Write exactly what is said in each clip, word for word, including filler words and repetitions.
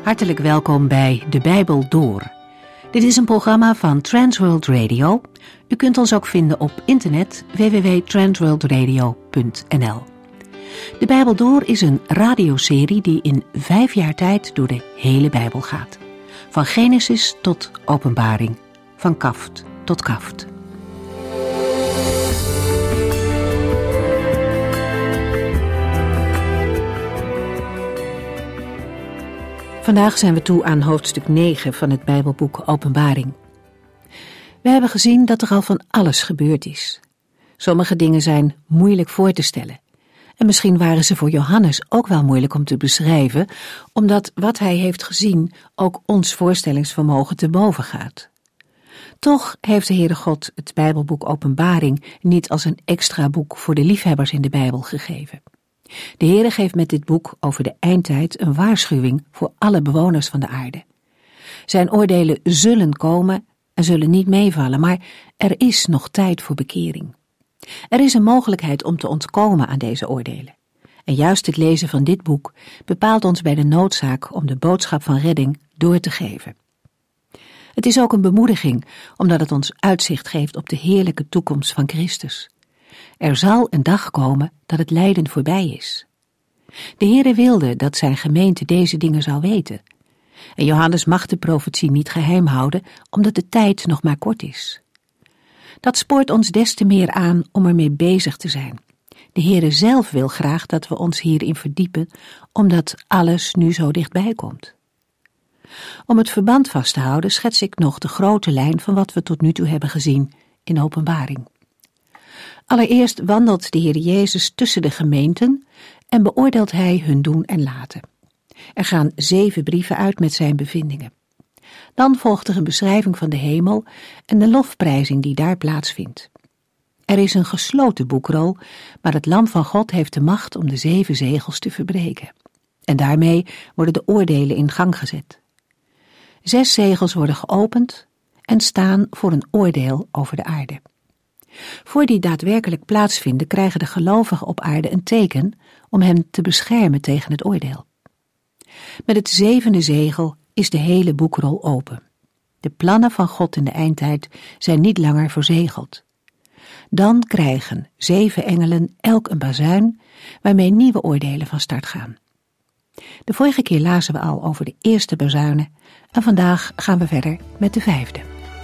Hartelijk welkom bij De Bijbel Door. Dit is een programma van Transworld Radio. U kunt ons ook vinden op internet w w w punt transworld radio punt n l. De Bijbel Door is een radioserie die in vijf jaar tijd door de hele Bijbel gaat. Van Genesis tot Openbaring, van kaft tot kaft. Vandaag zijn we toe aan hoofdstuk negen van het Bijbelboek Openbaring. We hebben gezien dat er al van alles gebeurd is. Sommige dingen zijn moeilijk voor te stellen. En misschien waren ze voor Johannes ook wel moeilijk om te beschrijven, omdat wat hij heeft gezien ook ons voorstellingsvermogen te boven gaat. Toch heeft de Heere God het Bijbelboek Openbaring niet als een extra boek voor de liefhebbers in de Bijbel gegeven. De Heere geeft met dit boek over de eindtijd een waarschuwing voor alle bewoners van de aarde. Zijn oordelen zullen komen en zullen niet meevallen, maar er is nog tijd voor bekering. Er is een mogelijkheid om te ontkomen aan deze oordelen. En juist het lezen van dit boek bepaalt ons bij de noodzaak om de boodschap van redding door te geven. Het is ook een bemoediging, omdat het ons uitzicht geeft op de heerlijke toekomst van Christus. Er zal een dag komen dat het lijden voorbij is. De Heere wilde dat zijn gemeente deze dingen zou weten. En Johannes mag de profetie niet geheim houden, omdat de tijd nog maar kort is. Dat spoort ons des te meer aan om ermee bezig te zijn. De Heere zelf wil graag dat we ons hierin verdiepen, omdat alles nu zo dichtbij komt. Om het verband vast te houden schets ik nog de grote lijn van wat we tot nu toe hebben gezien in Openbaring. Allereerst wandelt de Heer Jezus tussen de gemeenten en beoordeelt hij hun doen en laten. Er gaan zeven brieven uit met zijn bevindingen. Dan volgt er een beschrijving van de hemel en de lofprijzing die daar plaatsvindt. Er is een gesloten boekrol, maar het Lam van God heeft de macht om de zeven zegels te verbreken. En daarmee worden de oordelen in gang gezet. Zes zegels worden geopend en staan voor een oordeel over de aarde. Voor die daadwerkelijk plaatsvinden, krijgen de gelovigen op aarde een teken om hen te beschermen tegen het oordeel. Met het zevende zegel is de hele boekrol open. De plannen van God in de eindtijd zijn niet langer verzegeld. Dan krijgen zeven engelen elk een bazuin, waarmee nieuwe oordelen van start gaan. De vorige keer lazen we al over de eerste bazuinen en vandaag gaan we verder met de vijfde.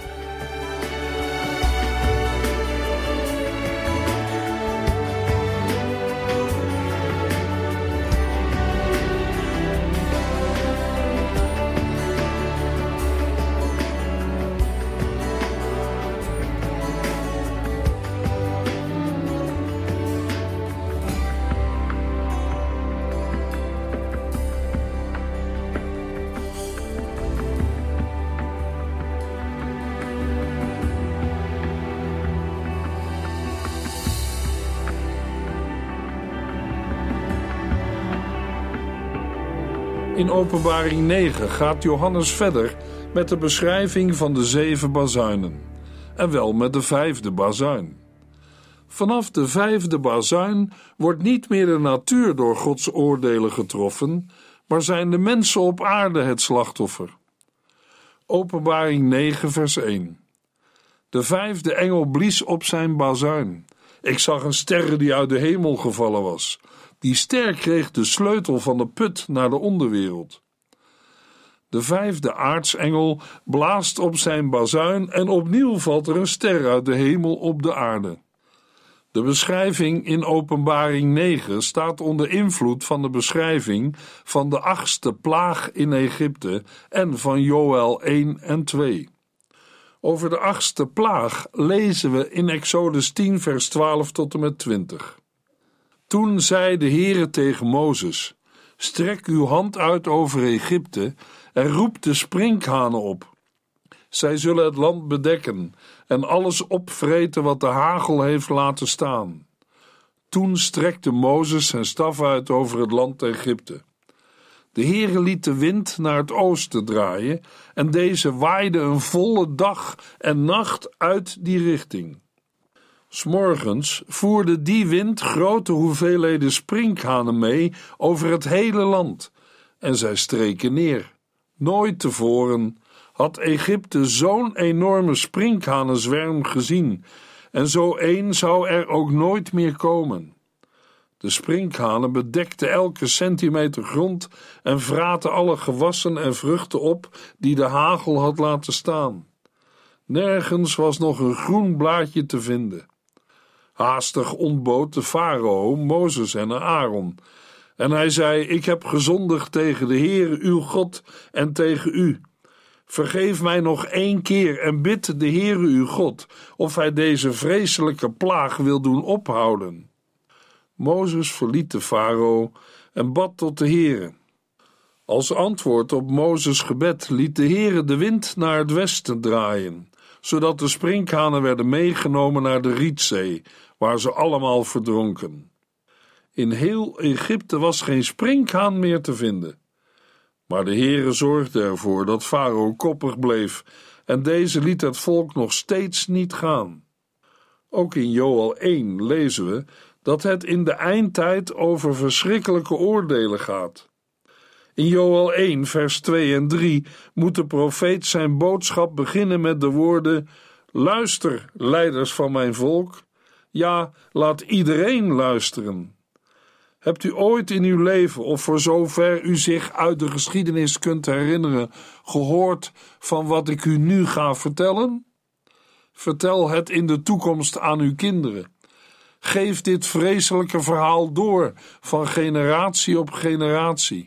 In Openbaring negen gaat Johannes verder met de beschrijving van de zeven bazuinen. En wel met de vijfde bazuin. Vanaf de vijfde bazuin wordt niet meer de natuur door Gods oordelen getroffen, maar zijn de mensen op aarde het slachtoffer. Openbaring negen vers één. De vijfde engel blies op zijn bazuin. Ik zag een ster die uit de hemel gevallen was. Die ster kreeg de sleutel van de put naar de onderwereld. De vijfde aartsengel blaast op zijn bazuin en opnieuw valt er een ster uit de hemel op de aarde. De beschrijving in Openbaring negen staat onder invloed van de beschrijving van de achtste plaag in Egypte en van Joël één en twee. Over de achtste plaag lezen we in Exodus tien vers twaalf tot en met twintig. Toen zei de Heere tegen Mozes: strek uw hand uit over Egypte en roep de sprinkhanen op. Zij zullen het land bedekken en alles opvreten wat de hagel heeft laten staan. Toen strekte Mozes zijn staf uit over het land Egypte. De Heere liet de wind naar het oosten draaien en deze waaide een volle dag en nacht uit die richting. 'S Morgens voerde die wind grote hoeveelheden sprinkhanen mee over het hele land en zij streken neer, Nooit tevoren had Egypte zo'n enorme sprinkhanenzwerm gezien, en zo één zou er ook nooit meer komen. De sprinkhanen bedekten elke centimeter grond en vraten alle gewassen en vruchten op die de hagel had laten staan. Nergens was nog een groen blaadje te vinden. Haastig ontbood de farao Mozes en Aaron, en hij zei: ik heb gezondigd tegen de Heere uw God en tegen u. Vergeef mij nog één keer en bid de Heere uw God of hij deze vreselijke plaag wil doen ophouden. Mozes verliet de farao en bad tot de Heere. Als antwoord op Mozes gebed liet de Heere de wind naar het westen draaien, zodat de sprinkhanen werden meegenomen naar de Rietzee, waar ze allemaal verdronken. In heel Egypte was geen sprinkhaan meer te vinden. Maar de Heere zorgde ervoor dat farao koppig bleef, en deze liet het volk nog steeds niet gaan. Ook in Joël één lezen we dat het in de eindtijd over verschrikkelijke oordelen gaat. In Joël één, vers twee en drie moet de profeet zijn boodschap beginnen met de woorden: luister, leiders van mijn volk, ja, laat iedereen luisteren. Hebt u ooit in uw leven, of voor zover u zich uit de geschiedenis kunt herinneren, gehoord van wat ik u nu ga vertellen? Vertel het in de toekomst aan uw kinderen. Geef dit vreselijke verhaal door van generatie op generatie.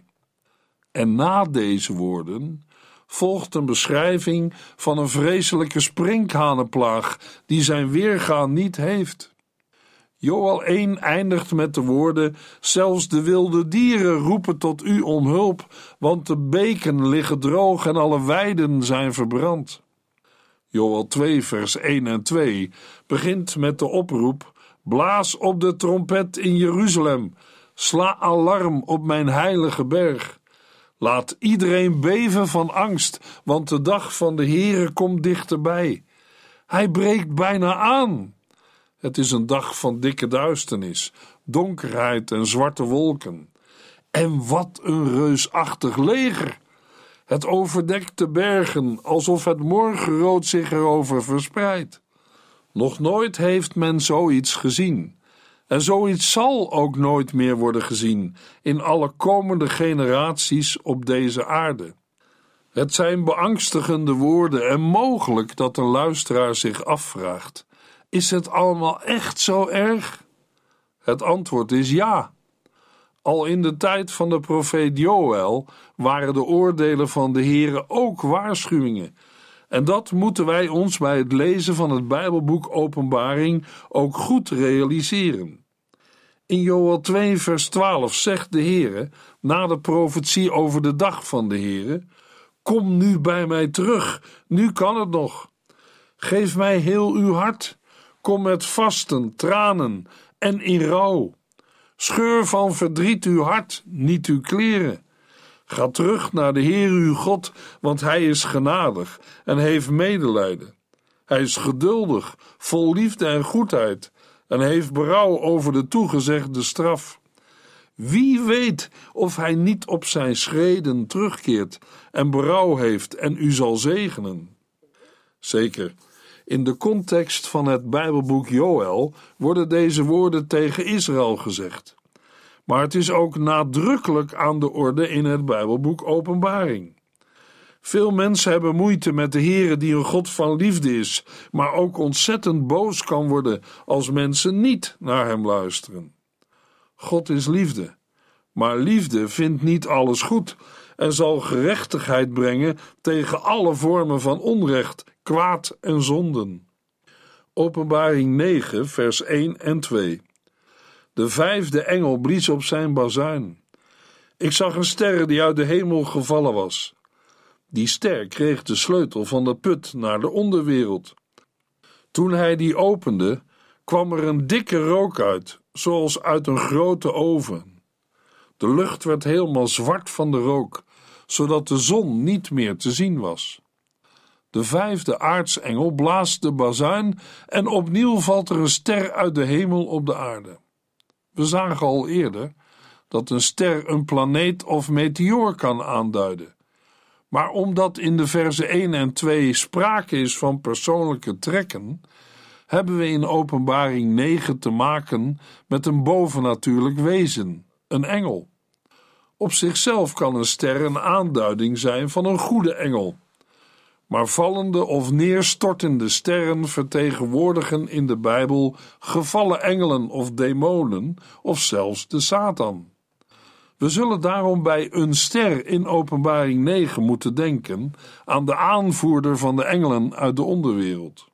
En na deze woorden volgt een beschrijving van een vreselijke sprinkhanenplaag die zijn weerga niet heeft. Joël één eindigt met de woorden: zelfs de wilde dieren roepen tot u om hulp, want de beken liggen droog en alle weiden zijn verbrand. Joël twee, vers één en twee begint met de oproep: blaas op de trompet in Jeruzalem, sla alarm op mijn heilige berg. Laat iedereen beven van angst, want de dag van de Heere komt dichterbij. Hij breekt bijna aan. Het is een dag van dikke duisternis, donkerheid en zwarte wolken. En wat een reusachtig leger! Het overdekt de bergen, alsof het morgenrood zich erover verspreidt. Nog nooit heeft men zoiets gezien. En zoiets zal ook nooit meer worden gezien in alle komende generaties op deze aarde. Het zijn beangstigende woorden en mogelijk dat de luisteraar zich afvraagt: is het allemaal echt zo erg? Het antwoord is ja. Al in de tijd van de profeet Joël waren de oordelen van de Heere ook waarschuwingen. En dat moeten wij ons bij het lezen van het Bijbelboek Openbaring ook goed realiseren. In Joël twee, vers twaalf zegt de Heere, na de profetie over de dag van de Heere: kom nu bij mij terug, nu kan het nog. Geef mij heel uw hart. Kom met vasten, tranen en in rouw. Scheur van verdriet uw hart, niet uw kleren. Ga terug naar de Heer uw God, want hij is genadig en heeft medelijden. Hij is geduldig, vol liefde en goedheid, en heeft berouw over de toegezegde straf. Wie weet of hij niet op zijn schreden terugkeert en berouw heeft en u zal zegenen. Zeker, in de context van het Bijbelboek Joël worden deze woorden tegen Israël gezegd. Maar het is ook nadrukkelijk aan de orde in het Bijbelboek Openbaring. Veel mensen hebben moeite met de Heere die een God van liefde is, maar ook ontzettend boos kan worden als mensen niet naar hem luisteren. God is liefde, maar liefde vindt niet alles goed en zal gerechtigheid brengen tegen alle vormen van onrecht, kwaad en zonden. Openbaring negen, vers één en twee. De vijfde engel blies op zijn bazuin. Ik zag een ster die uit de hemel gevallen was. Die ster kreeg de sleutel van de put naar de onderwereld. Toen hij die opende, kwam er een dikke rook uit, zoals uit een grote oven. De lucht werd helemaal zwart van de rook, zodat de zon niet meer te zien was. De vijfde aartsengel blaast de bazuin en opnieuw valt er een ster uit de hemel op de aarde. We zagen al eerder dat een ster een planeet of meteoor kan aanduiden. Maar omdat in de versen één en twee sprake is van persoonlijke trekken, hebben we in Openbaring negen te maken met een bovennatuurlijk wezen, een engel. Op zichzelf kan een ster een aanduiding zijn van een goede engel. Maar vallende of neerstortende sterren vertegenwoordigen in de Bijbel gevallen engelen of demonen of zelfs de Satan. We zullen daarom bij een ster in Openbaring negen moeten denken aan de aanvoerder van de engelen uit de onderwereld.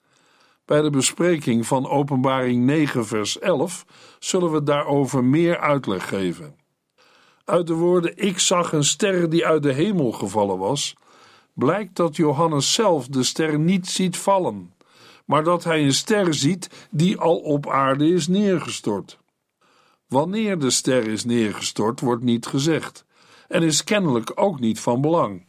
Bij de bespreking van Openbaring negen vers elf zullen we daarover meer uitleg geven. Uit de woorden "ik zag een ster die uit de hemel gevallen was", blijkt dat Johannes zelf de ster niet ziet vallen, maar dat hij een ster ziet die al op aarde is neergestort. Wanneer de ster is neergestort, wordt niet gezegd en is kennelijk ook niet van belang.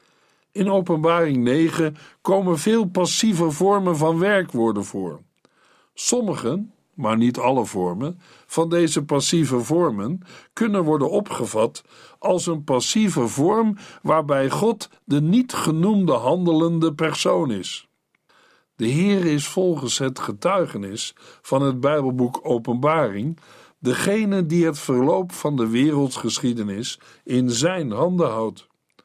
In Openbaring negen komen veel passieve vormen van werkwoorden voor. Sommige, maar niet alle vormen, van deze passieve vormen kunnen worden opgevat als een passieve vorm waarbij God de niet genoemde handelende persoon is. De Heer is volgens het getuigenis van het Bijbelboek Openbaring degene die het verloop van de wereldgeschiedenis in zijn handen houdt.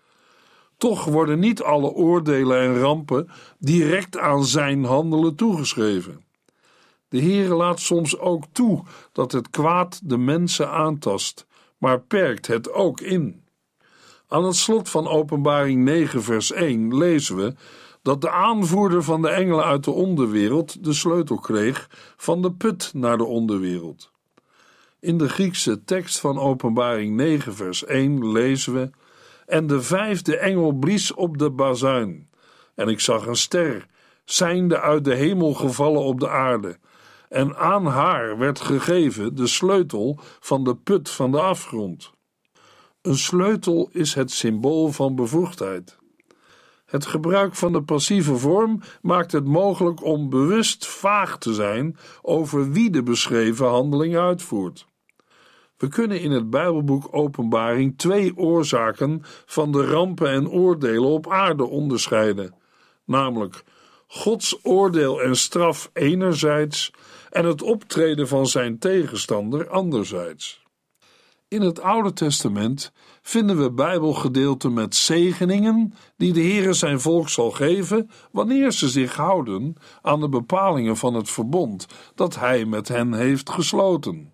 Toch worden niet alle oordelen en rampen direct aan zijn handelen toegeschreven. De Heer laat soms ook toe dat het kwaad de mensen aantast, maar perkt het ook in. Aan het slot van Openbaring negen vers één lezen we dat de aanvoerder van de engelen uit de onderwereld de sleutel kreeg van de put naar de onderwereld. In de Griekse tekst van Openbaring negen vers één lezen we: en de vijfde engel blies op de bazuin, en ik zag een ster, zijnde uit de hemel gevallen op de aarde, en aan haar werd gegeven de sleutel van de put van de afgrond. Een sleutel is het symbool van bevoegdheid. Het gebruik van de passieve vorm maakt het mogelijk om bewust vaag te zijn over wie de beschreven handeling uitvoert. We kunnen in het Bijbelboek Openbaring twee oorzaken van de rampen en oordelen op aarde onderscheiden, namelijk Gods oordeel en straf enerzijds en het optreden van zijn tegenstander anderzijds. In het Oude Testament vinden we Bijbelgedeelten met zegeningen die de Heere zijn volk zal geven wanneer ze zich houden aan de bepalingen van het verbond dat hij met hen heeft gesloten.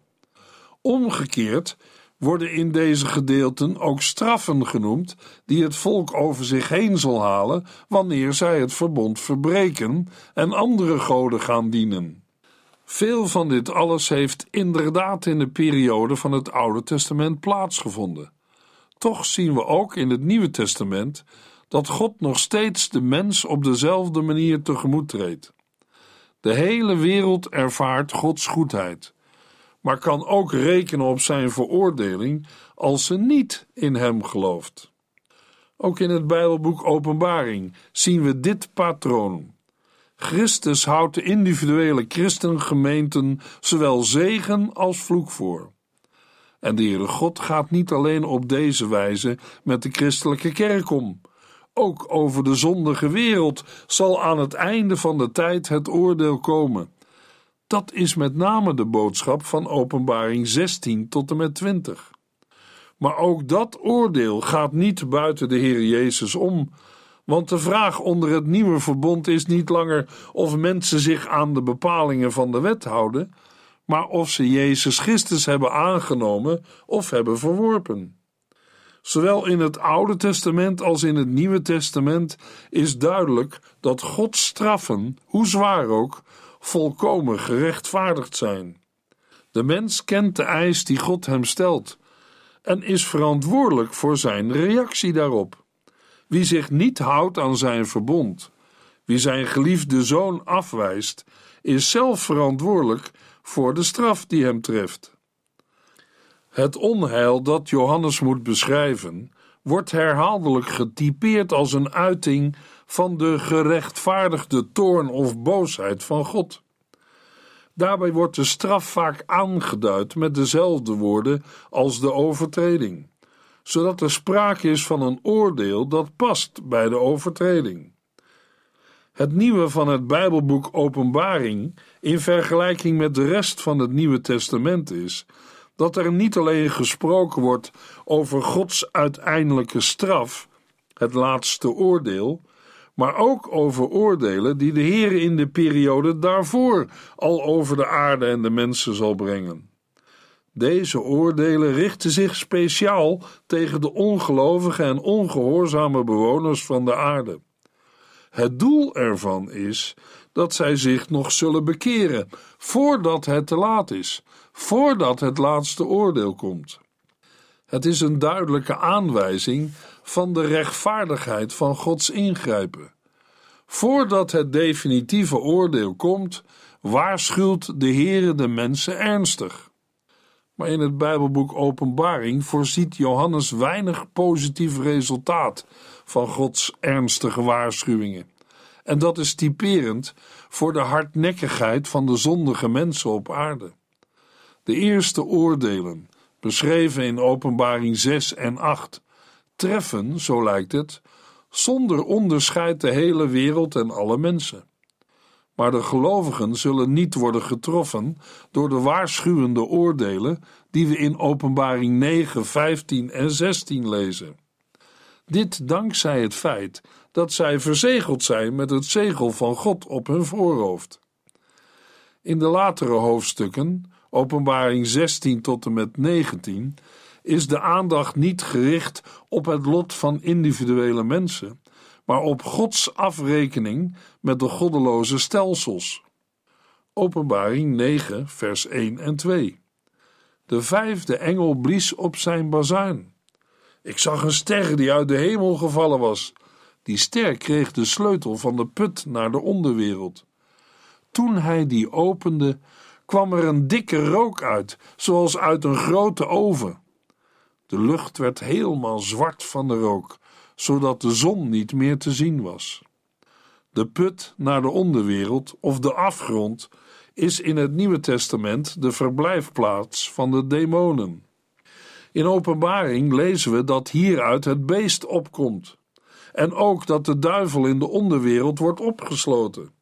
Omgekeerd worden in deze gedeelten ook straffen genoemd die het volk over zich heen zal halen wanneer zij het verbond verbreken en andere goden gaan dienen. Veel van dit alles heeft inderdaad in de periode van het Oude Testament plaatsgevonden. Toch zien we ook in het Nieuwe Testament dat God nog steeds de mens op dezelfde manier tegemoet treedt. De hele wereld ervaart Gods goedheid, maar kan ook rekenen op zijn veroordeling als ze niet in hem gelooft. Ook in het Bijbelboek Openbaring zien we dit patroon. Christus houdt de individuele christengemeenten zowel zegen als vloek voor. En de Heere God gaat niet alleen op deze wijze met de christelijke kerk om. Ook over de zondige wereld zal aan het einde van de tijd het oordeel komen. Dat is met name de boodschap van Openbaring zestien tot en met twintig. Maar ook dat oordeel gaat niet buiten de Heer Jezus om, want de vraag onder het nieuwe verbond is niet langer of mensen zich aan de bepalingen van de wet houden, maar of ze Jezus Christus hebben aangenomen of hebben verworpen. Zowel in het Oude Testament als in het Nieuwe Testament is duidelijk dat Gods straffen, hoe zwaar ook, volkomen gerechtvaardigd zijn. De mens kent de eis die God hem stelt en is verantwoordelijk voor zijn reactie daarop. Wie zich niet houdt aan zijn verbond, wie zijn geliefde zoon afwijst, is zelf verantwoordelijk voor de straf die hem treft. Het onheil dat Johannes moet beschrijven, wordt herhaaldelijk getypeerd als een uiting van de gerechtvaardigde toorn of boosheid van God. Daarbij wordt de straf vaak aangeduid met dezelfde woorden als de overtreding. zodat er sprake is van een oordeel dat past bij de overtreding. Het nieuwe van het Bijbelboek Openbaring in vergelijking met de rest van het Nieuwe Testament is dat er niet alleen gesproken wordt over Gods uiteindelijke straf, het laatste oordeel, maar ook over oordelen die de Heer in de periode daarvoor al over de aarde en de mensen zal brengen. Deze oordelen richten zich speciaal tegen de ongelovige en ongehoorzame bewoners van de aarde. Het doel ervan is dat zij zich nog zullen bekeren, voordat het te laat is, voordat het laatste oordeel komt. Het is een duidelijke aanwijzing van de rechtvaardigheid van Gods ingrijpen. Voordat het definitieve oordeel komt, waarschuwt de Heere de mensen ernstig. Maar in het Bijbelboek Openbaring voorziet Johannes weinig positief resultaat van Gods ernstige waarschuwingen. En dat is typerend voor de hardnekkigheid van de zondige mensen op aarde. De eerste oordelen, beschreven in Openbaring zes en acht, treffen, zo lijkt het, zonder onderscheid de hele wereld en alle mensen. Maar de gelovigen zullen niet worden getroffen door de waarschuwende oordelen die we in Openbaring negen, vijftien en zestien lezen. Dit dankzij het feit dat zij verzegeld zijn met het zegel van God op hun voorhoofd. In de latere hoofdstukken, Openbaring zestien tot en met negentien, is de aandacht niet gericht op het lot van individuele mensen, maar op Gods afrekening met de goddeloze stelsels. Openbaring negen, vers één en twee. De vijfde engel blies op zijn bazuin. Ik zag een ster die uit de hemel gevallen was. Die ster kreeg de sleutel van de put naar de onderwereld. Toen hij die opende, kwam er een dikke rook uit, zoals uit een grote oven. De lucht werd helemaal zwart van de rook, zodat de zon niet meer te zien was. De put naar de onderwereld, of de afgrond, is in het Nieuwe Testament de verblijfplaats van de demonen. In Openbaring lezen we dat hieruit het beest opkomt, en ook dat de duivel in de onderwereld wordt opgesloten.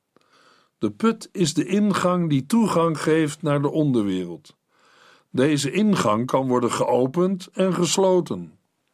De put is de ingang die toegang geeft naar de onderwereld. Deze ingang kan worden geopend en gesloten.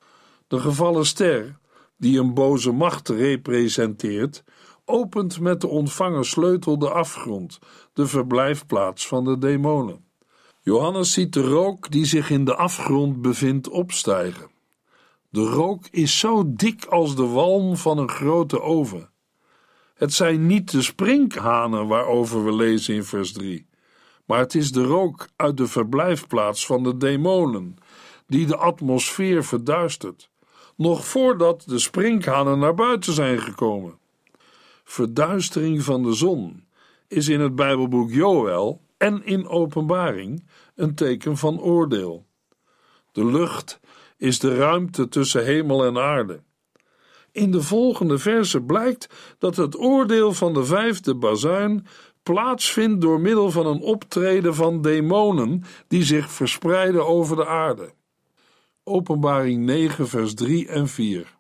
De gevallen ster, die een boze macht representeert, opent met de ontvangen sleutel de afgrond, de verblijfplaats van de demonen. Johannes ziet de rook die zich in de afgrond bevindt opstijgen. De rook is zo dik als de walm van een grote oven. Het zijn niet de sprinkhanen waarover we lezen in vers drie, maar het is de rook uit de verblijfplaats van de demonen, die de atmosfeer verduistert, nog voordat de sprinkhanen naar buiten zijn gekomen. Verduistering van de zon is in het Bijbelboek Joël en in Openbaring een teken van oordeel. De lucht is de ruimte tussen hemel en aarde. In de volgende verse blijkt dat het oordeel van de vijfde bazuin plaatsvindt door middel van een optreden van demonen die zich verspreiden over de aarde. Openbaring negen, vers drie en vier.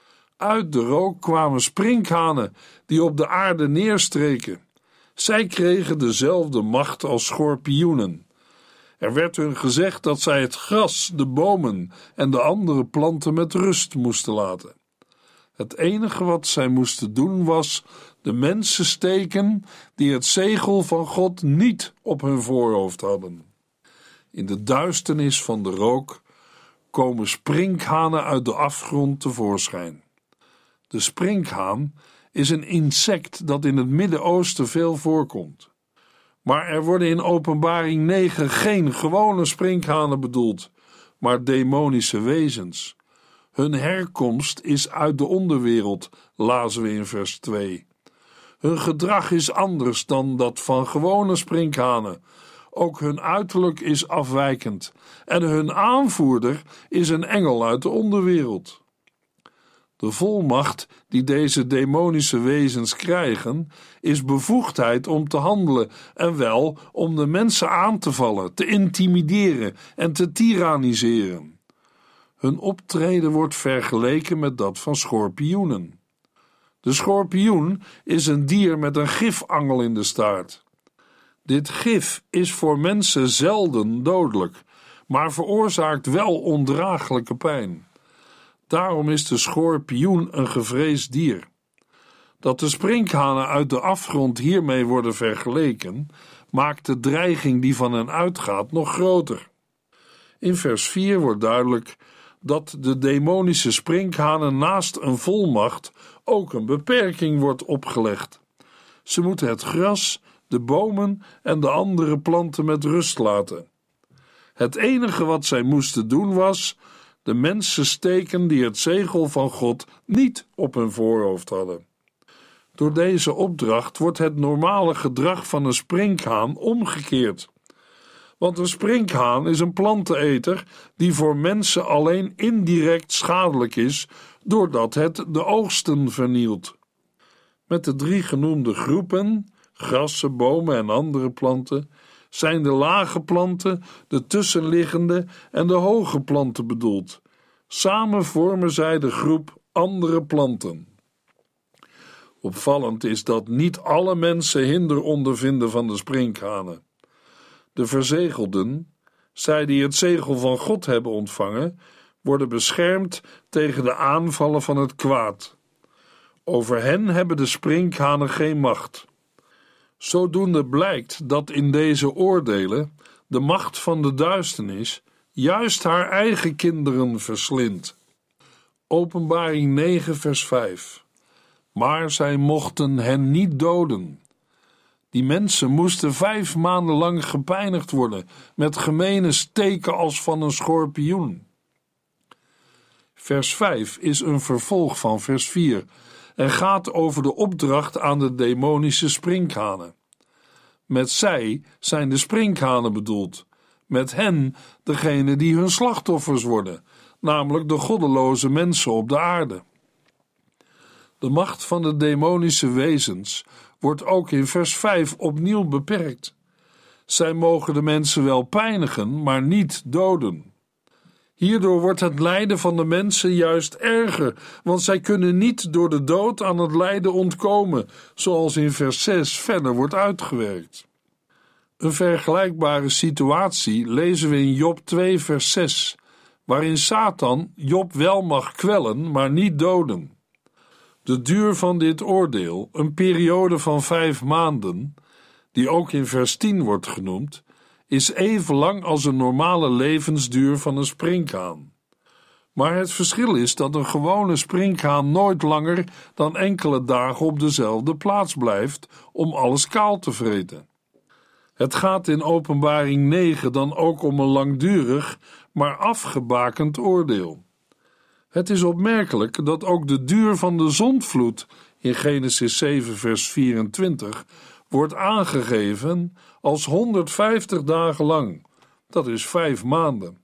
Uit de rook kwamen sprinkhanen die op de aarde neerstreken. Zij kregen dezelfde macht als schorpioenen. Er werd hun gezegd dat zij het gras, de bomen en de andere planten met rust moesten laten. Het enige wat zij moesten doen was de mensen steken die het zegel van God niet op hun voorhoofd hadden. In de duisternis van de rook komen sprinkhanen uit de afgrond tevoorschijn. De sprinkhaan is een insect dat in het Midden-Oosten veel voorkomt. Maar er worden in Openbaring negen geen gewone sprinkhanen bedoeld, maar demonische wezens. Hun herkomst is uit de onderwereld, lazen we in vers twee. Hun gedrag is anders dan dat van gewone sprinkhanen. Ook hun uiterlijk is afwijkend en hun aanvoerder is een engel uit de onderwereld. De volmacht die deze demonische wezens krijgen, is bevoegdheid om te handelen en wel om de mensen aan te vallen, te intimideren en te tiranniseren. Hun optreden wordt vergeleken met dat van schorpioenen. De schorpioen is een dier met een gifangel in de staart. Dit gif is voor mensen zelden dodelijk, maar veroorzaakt wel ondraaglijke pijn. Daarom is de schorpioen een gevreesd dier. Dat de sprinkhanen uit de afgrond hiermee worden vergeleken, maakt de dreiging die van hen uitgaat nog groter. In vers vier wordt duidelijk dat de demonische sprinkhanen naast een volmacht ook een beperking wordt opgelegd. Ze moeten het gras, de bomen en de andere planten met rust laten. Het enige wat zij moesten doen was de mensen steken die het zegel van God niet op hun voorhoofd hadden. Door deze opdracht wordt het normale gedrag van een sprinkhaan omgekeerd. Want een sprinkhaan is een planteneter die voor mensen alleen indirect schadelijk is, doordat het de oogsten vernielt. Met de drie genoemde groepen, grassen, bomen en andere planten, zijn de lage planten, de tussenliggende en de hoge planten bedoeld. Samen vormen zij de groep andere planten. Opvallend is dat niet alle mensen hinder ondervinden van de sprinkhanen. De verzegelden, zij die het zegel van God hebben ontvangen, worden beschermd tegen de aanvallen van het kwaad. Over hen hebben de sprinkhanen geen macht. Zodoende blijkt dat in deze oordelen de macht van de duisternis juist haar eigen kinderen verslindt. Openbaring negen vers vijf. Maar zij mochten hen niet doden. Die mensen moesten vijf maanden lang gepijnigd worden met gemene steken als van een schorpioen. Vers vijf is een vervolg van vers vier en gaat over de opdracht aan de demonische sprinkhanen. Met zij zijn de sprinkhanen bedoeld, met hen degene die hun slachtoffers worden, namelijk de goddeloze mensen op de aarde. De macht van de demonische wezens wordt ook in vers vijf opnieuw beperkt. Zij mogen de mensen wel pijnigen, maar niet doden. Hierdoor wordt het lijden van de mensen juist erger, want zij kunnen niet door de dood aan het lijden ontkomen, zoals in vers zes verder wordt uitgewerkt. Een vergelijkbare situatie lezen we in Job twee vers zes, waarin Satan Job wel mag kwellen, maar niet doden. De duur van dit oordeel, een periode van vijf maanden, die ook in vers tien wordt genoemd, is even lang als een normale levensduur van een sprinkhaan. Maar het verschil is dat een gewone sprinkhaan nooit langer dan enkele dagen op dezelfde plaats blijft om alles kaal te vreten. Het gaat in Openbaring negen dan ook om een langdurig, maar afgebakend oordeel. Het is opmerkelijk dat ook de duur van de zondvloed in Genesis zeven vers vierentwintig wordt aangegeven als honderdvijftig dagen lang. Dat is vijf maanden.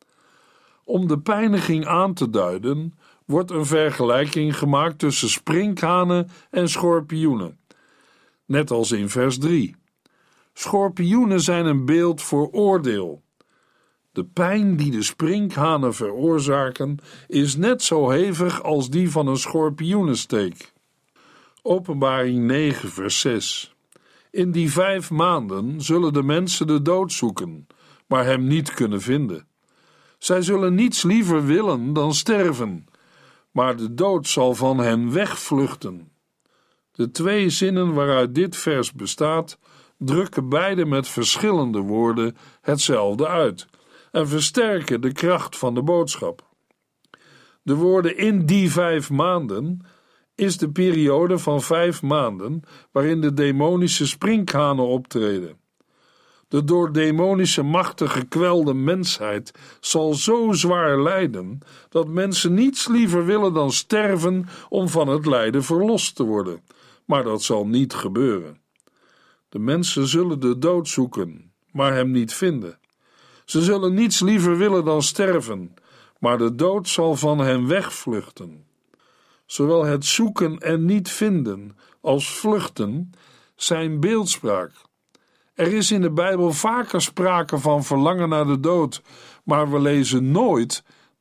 Om de pijniging aan te duiden, wordt een vergelijking gemaakt tussen sprinkhanen en schorpioenen. Net als in vers drie. Schorpioenen zijn een beeld voor oordeel. De pijn die de sprinkhanen veroorzaken is net zo hevig als die van een schorpioenensteek. Openbaring negen vers zes. In die vijf maanden zullen de mensen de dood zoeken, maar hem niet kunnen vinden. Zij zullen niets liever willen dan sterven, maar de dood zal van hen wegvluchten. De twee zinnen waaruit dit vers bestaat, drukken beide met verschillende woorden hetzelfde uit en versterken de kracht van de boodschap. De woorden in die vijf maanden is de periode van vijf maanden waarin de demonische sprinkhanen optreden. De door demonische machten gekwelde mensheid zal zo zwaar lijden dat mensen niets liever willen dan sterven om van het lijden verlost te worden, maar dat zal niet gebeuren. De mensen zullen de dood zoeken, maar hem niet vinden. Ze zullen niets liever willen dan sterven, maar de dood zal van hen wegvluchten. Zowel het zoeken en niet vinden als vluchten zijn beeldspraak. Er is in de Bijbel vaker sprake van verlangen naar de dood, maar we lezen nooit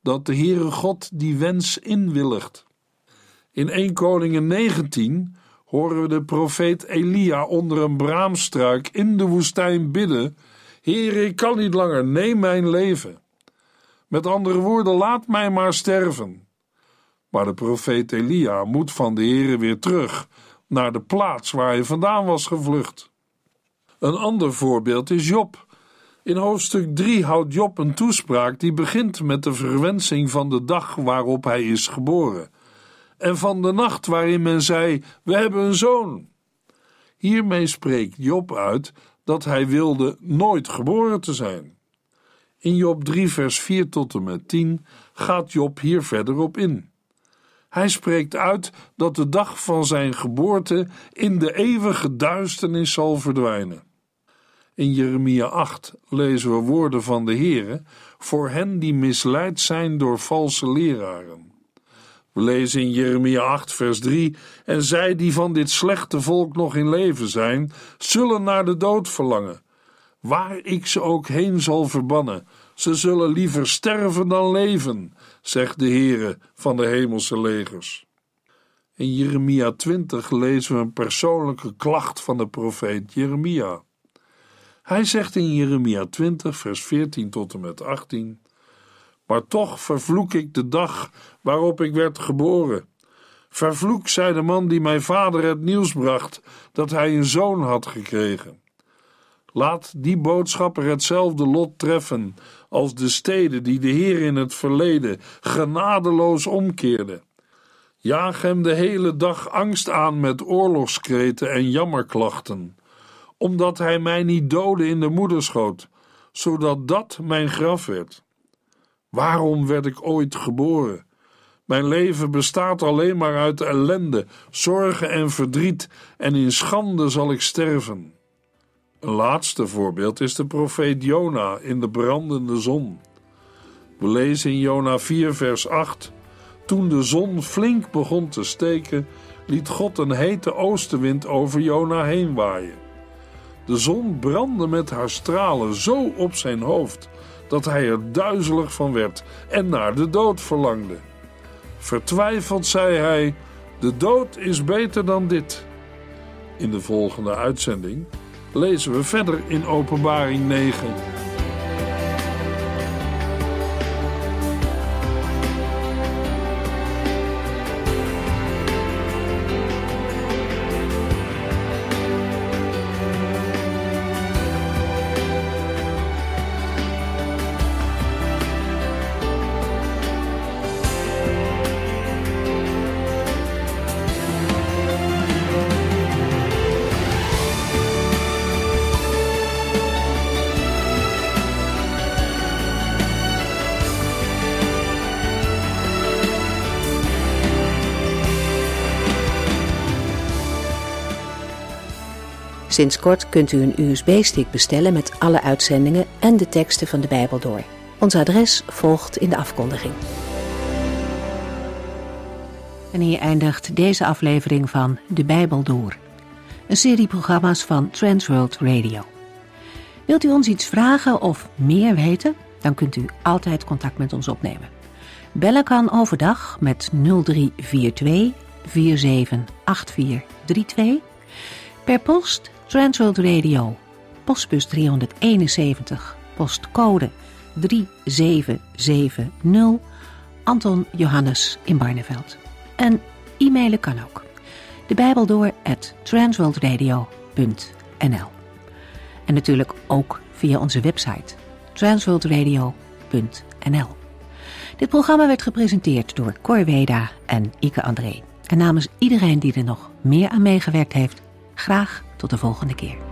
dat de Heere God die wens inwilligt. In Eerste Koningen negentien horen we de profeet Elia onder een braamstruik in de woestijn bidden: Heere, ik kan niet langer, neem mijn leven. Met andere woorden, laat mij maar sterven. Maar de profeet Elia moet van de Heere weer terug naar de plaats waar hij vandaan was gevlucht. Een ander voorbeeld is Job. In hoofdstuk drie houdt Job een toespraak die begint met de verwensing van de dag waarop hij is geboren en van de nacht waarin men zei: we hebben een zoon. Hiermee spreekt Job uit dat hij wilde nooit geboren te zijn. In Job drie vers vier tot en met tien gaat Job hier verder op in. Hij spreekt uit dat de dag van zijn geboorte in de eeuwige duisternis zal verdwijnen. In Jeremia acht lezen we woorden van de Heere voor hen die misleid zijn door valse leraren. We lezen in Jeremia acht vers drie: en zij die van dit slechte volk nog in leven zijn, zullen naar de dood verlangen. Waar ik ze ook heen zal verbannen, ze zullen liever sterven dan leven, zegt de Heere van de hemelse legers. In Jeremia twintig lezen we een persoonlijke klacht van de profeet Jeremia. Hij zegt in Jeremia twintig vers veertien tot en met achttien: maar toch vervloek ik de dag waarop ik werd geboren. Vervloek zij de man die mijn vader het nieuws bracht dat hij een zoon had gekregen. Laat die boodschapper hetzelfde lot treffen als de steden die de Heer in het verleden genadeloos omkeerde. Jaag hem de hele dag angst aan met oorlogskreten en jammerklachten, omdat hij mij niet doodde in de moederschoot, zodat dat mijn graf werd. Waarom werd ik ooit geboren? Mijn leven bestaat alleen maar uit ellende, zorgen en verdriet, en in schande zal ik sterven. Een laatste voorbeeld is de profeet Jona in de brandende zon. We lezen in Jona vier vers acht: toen de zon flink begon te steken, liet God een hete oostenwind over Jona heen waaien. De zon brandde met haar stralen zo op zijn hoofd dat hij er duizelig van werd en naar de dood verlangde. Vertwijfeld zei hij: de dood is beter dan dit. In de volgende uitzending lezen we verder in Openbaring negen. Sinds kort kunt u een U S B-stick bestellen met alle uitzendingen en de teksten van de Bijbel door. Ons adres volgt in de afkondiging. En hier eindigt deze aflevering van De Bijbel Door, een serie programma's van Transworld Radio. Wilt u ons iets vragen of meer weten? Dan kunt u altijd contact met ons opnemen. Bellen kan overdag met nul drie vier twee vier zeven acht vier drie twee. Per post Transworld Radio, postbus driehonderdeenenzeventig, postcode drie zeven zeven nul, Anton Johannes in Barneveld. En e-mailen kan ook. De Bijbel door at transworldradio punt n l. En natuurlijk ook via onze website transworldradio punt n l. Dit programma werd gepresenteerd door Cor Weda en Ike André. En namens iedereen die er nog meer aan meegewerkt heeft, graag tot de volgende keer.